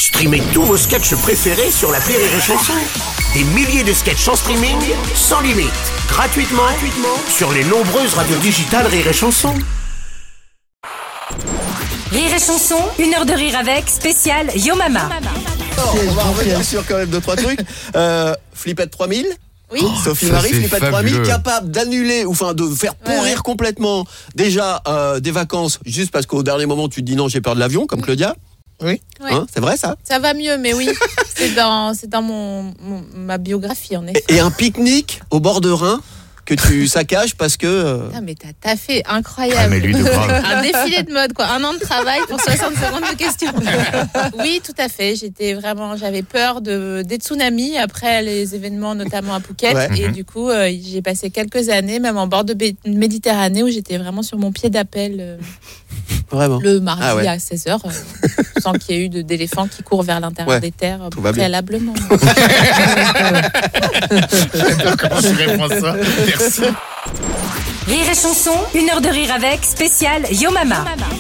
Streamez tous vos sketchs préférés sur l'appli Rire et Chanson. Des milliers de sketchs en streaming, sans limite, gratuitement sur les nombreuses radios digitales Rire et Chanson. Rire et Chanson, 1 heure de rire avec, spécial Yo Mama. On va revenir sur quand même 2-3 trucs. Flippette 3000. Oui. Sophie ça, Marie, c'est Flippette fabuleux. 3000, capable d'annuler, ou enfin de faire pourrir complètement déjà des vacances, juste parce qu'au dernier moment tu te dis non, j'ai peur de l'avion, comme Claudia. Oui. Ouais. Hein, c'est vrai ça. Ça va mieux, mais oui, c'est dans ma biographie en effet. Et un pique-nique au bord de Rhin que tu saccages parce que. Ah, mais t'as fait incroyable. Ah, mais lui, de grave. Un défilé de mode, quoi. 1 an de travail pour 60 secondes de questions. Oui, tout à fait. J'avais peur des tsunamis après les événements, notamment à Phuket. Ouais. Et du coup, j'ai passé quelques années, même en bord de Méditerranée, où j'étais vraiment sur mon pied d'appel Vraiment. le mardi Ah ouais. à 16h, sans qu'il y ait eu d'éléphants qui courent vers l'intérieur des terres tout va bien. préalablement. J'adore comment tu réponds ça. Merci. Rire et Chanson, 1 heure de rire avec, spécial Yo Mama.